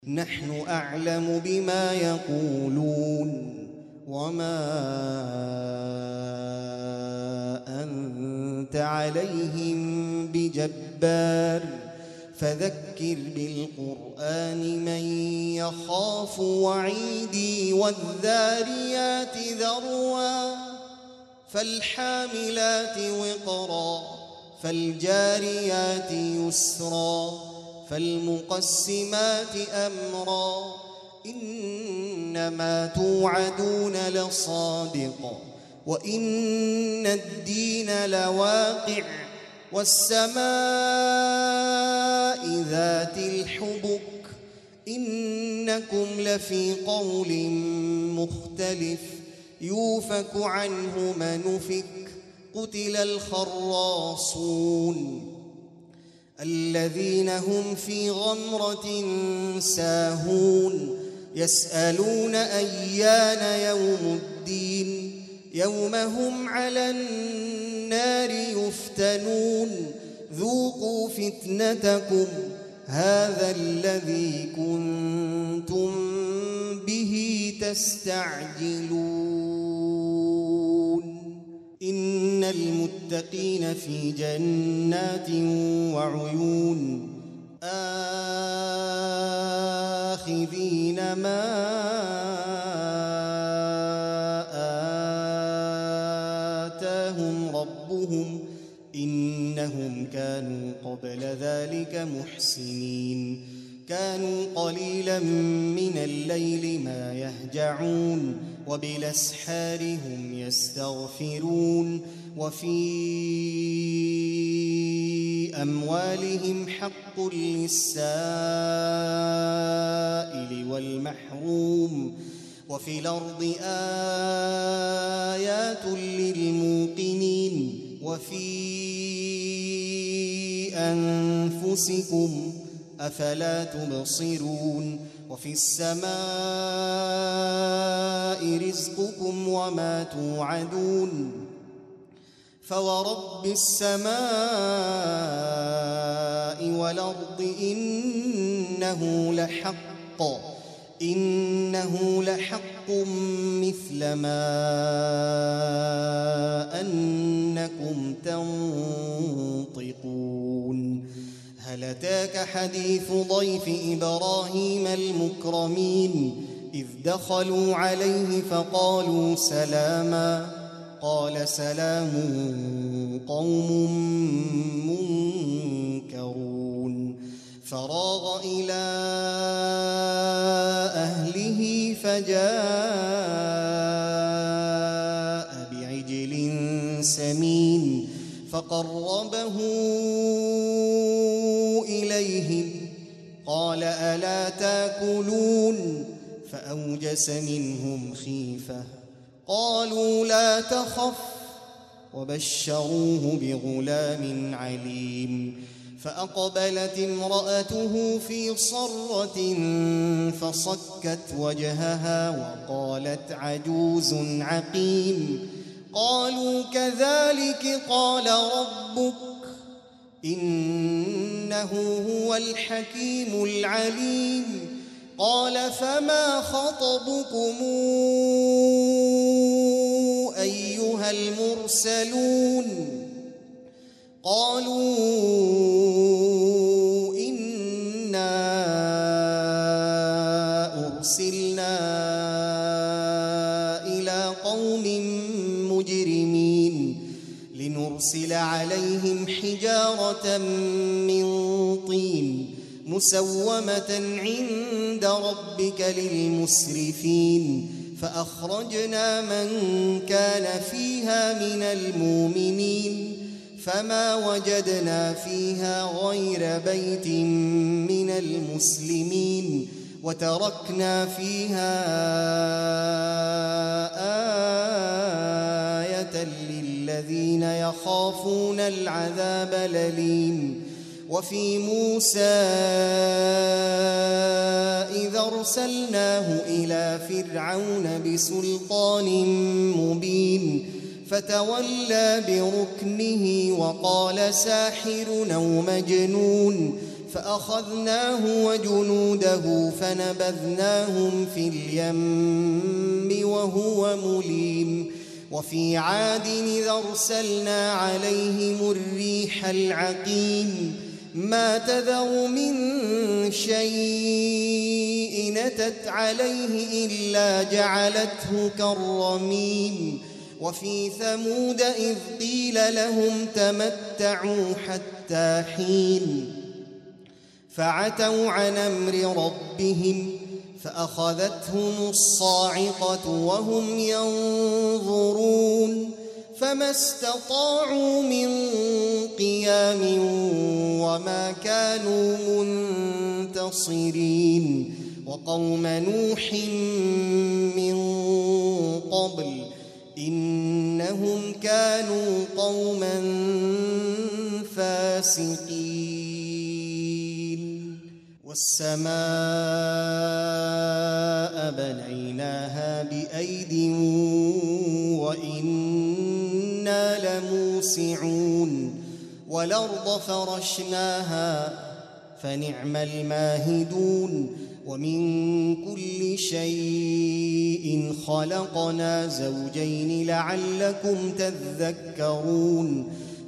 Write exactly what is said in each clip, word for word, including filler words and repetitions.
نحن أعلم بما يقولون وما أنت عليهم بجبار فذكر بالقرآن من يخاف وعيدي والذاريات ذروا فالحاملات وقرا فالجاريات يسرا فالمقسمات أمرا إنما توعدون لصادق وإن الدين لواقع والسماء ذات الحبك إنكم لفي قول مختلف يوفك عنه من أفك قتل الخراصون الذين هم في غمرة ساهون يسألون أيان يوم الدين يوم هم على النار يفتنون ذوقوا فتنتكم هذا الذي كنتم به تستعجلون إن المتقين في جنات وعيون آخذين ما آتاهم ربهم إنهم كانوا قبل ذلك محسنين كانوا قليلا من الليل ما يهجعون وبالأسحار هم يستغفرون وفي أموالهم حق للسائل والمحروم وفي الأرض آيات للموقنين وفي أنفسكم أفلا تبصرون وفي السماء رزقكم وما توعدون فورب السماء والأرض إنه لحق إنه لحق مثل ما أنكم تنطقون هل أتاك حديث ضيف إبراهيم المكرمين إذ دخلوا عليه فقالوا سلاما قال سلام قوم منكرون فراغ إلى أهله فجاء بعجل سمين فقربه إليهم قال ألا تاكلون فأوجس منهم خيفة قالوا لا تخف وبشروه بغلام عليم فأقبلت امرأته في صرة فصكت وجهها وقالت عجوز عقيم قالوا كذلك قال ربك إنه هو الحكيم العليم قال فما خطبكم أيها المرسلون قالوا إنا أرسلنا إلى قوم مجرمين لنرسل عليهم حجارة من طين مسومة عند ربك للمسرفين فأخرجنا من كان فيها من المؤمنين فما وجدنا فيها غير بيت من المسلمين وتركنا فيها آية للذين يخافون العذاب الأليم وفي موسى إذا أرسلناه إلى فرعون بسلطان مبين فتولى بركنه وقال ساحر أو مجنون فأخذناه وجنوده فنبذناهم في اليم وهو مليم وفي عاد إذ أرسلنا عليهم الريح العقيم ما تذر من شيء أتت عليه إلا جعلته كالرميم وفي ثمود إذ قيل لهم تمتعوا حتى حين فعتوا عن أمر ربهم فأخذتهم الصاعقة وهم ينظرون فما استطاعوا من قيام وما كانوا منتصرين وقوم نوح من قبل إنهم كانوا قوما فاسقين والسماء بنيناها بأيد وإنا لموسعون والأرض فرشناها فنعم الماهدون ومن كل شيء خلقنا زوجين لعلكم تذكرون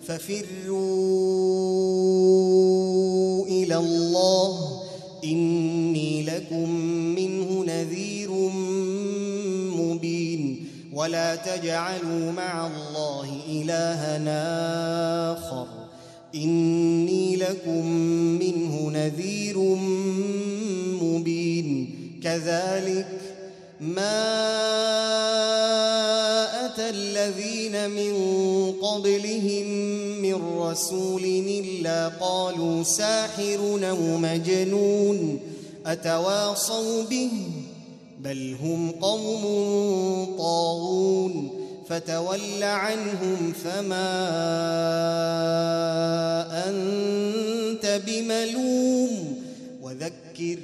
ففروا إلى الله إني لكم منه نذير مبين ولا تجعلوا مع الله إلهًا آخر إني لكم منه نذير مبين كذلك ما أتى الذين من قبلهم من رسول إلا قالوا ساحر أو مجنون أتواصوا به بل هم قوم طاغون فتول عنهم فما أنت بملوم وذكر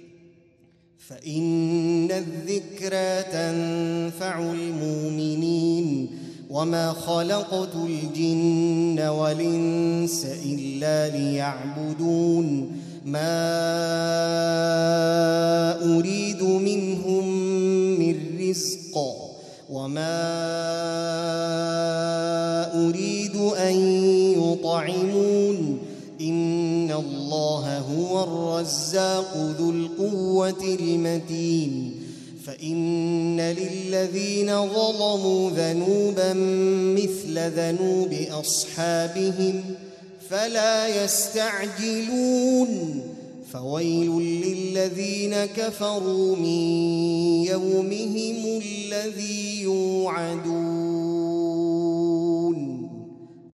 فإن الذكرى تنفع المؤمنين وما خلقت الجن والإنس إلا ليعبدون ما أريد منهم من رزق وما أريد أن يطعمون إن الله هو الرزاق ذو القوة المتين فإن للذين ظلموا ذنوبا مثل ذنوب أصحابهم فلا يستعجلون فويل للذين كفروا من يومهم الذي يوعدون